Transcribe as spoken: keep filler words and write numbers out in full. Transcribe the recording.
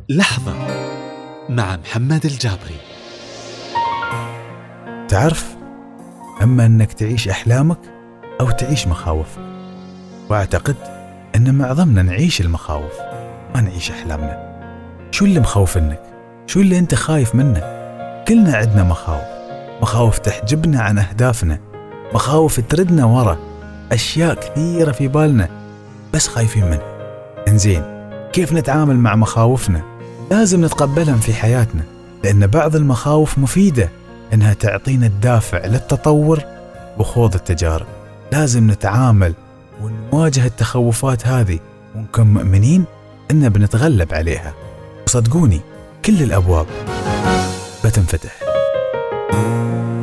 لحظة مع محمد الجابري. تعرف، أما أنك تعيش أحلامك أو تعيش مخاوفك، وأعتقد أن معظمنا نعيش المخاوف ما نعيش أحلامنا. شو اللي مخوفنك؟ شو اللي أنت خايف منه؟ كلنا عندنا مخاوف، مخاوف تحجبنا عن أهدافنا، مخاوف تردنا ورا أشياء كثيرة في بالنا بس خايفين منها. إنزين، كيف نتعامل مع مخاوفنا؟ لازم نتقبلهم في حياتنا، لأن بعض المخاوف مفيدة، إنها تعطينا الدافع للتطور وخوض التجارب. لازم نتعامل ونواجه التخوفات هذه ونكون مؤمنين إن بنتغلب عليها. وصدقوني كل الأبواب بتنفتح.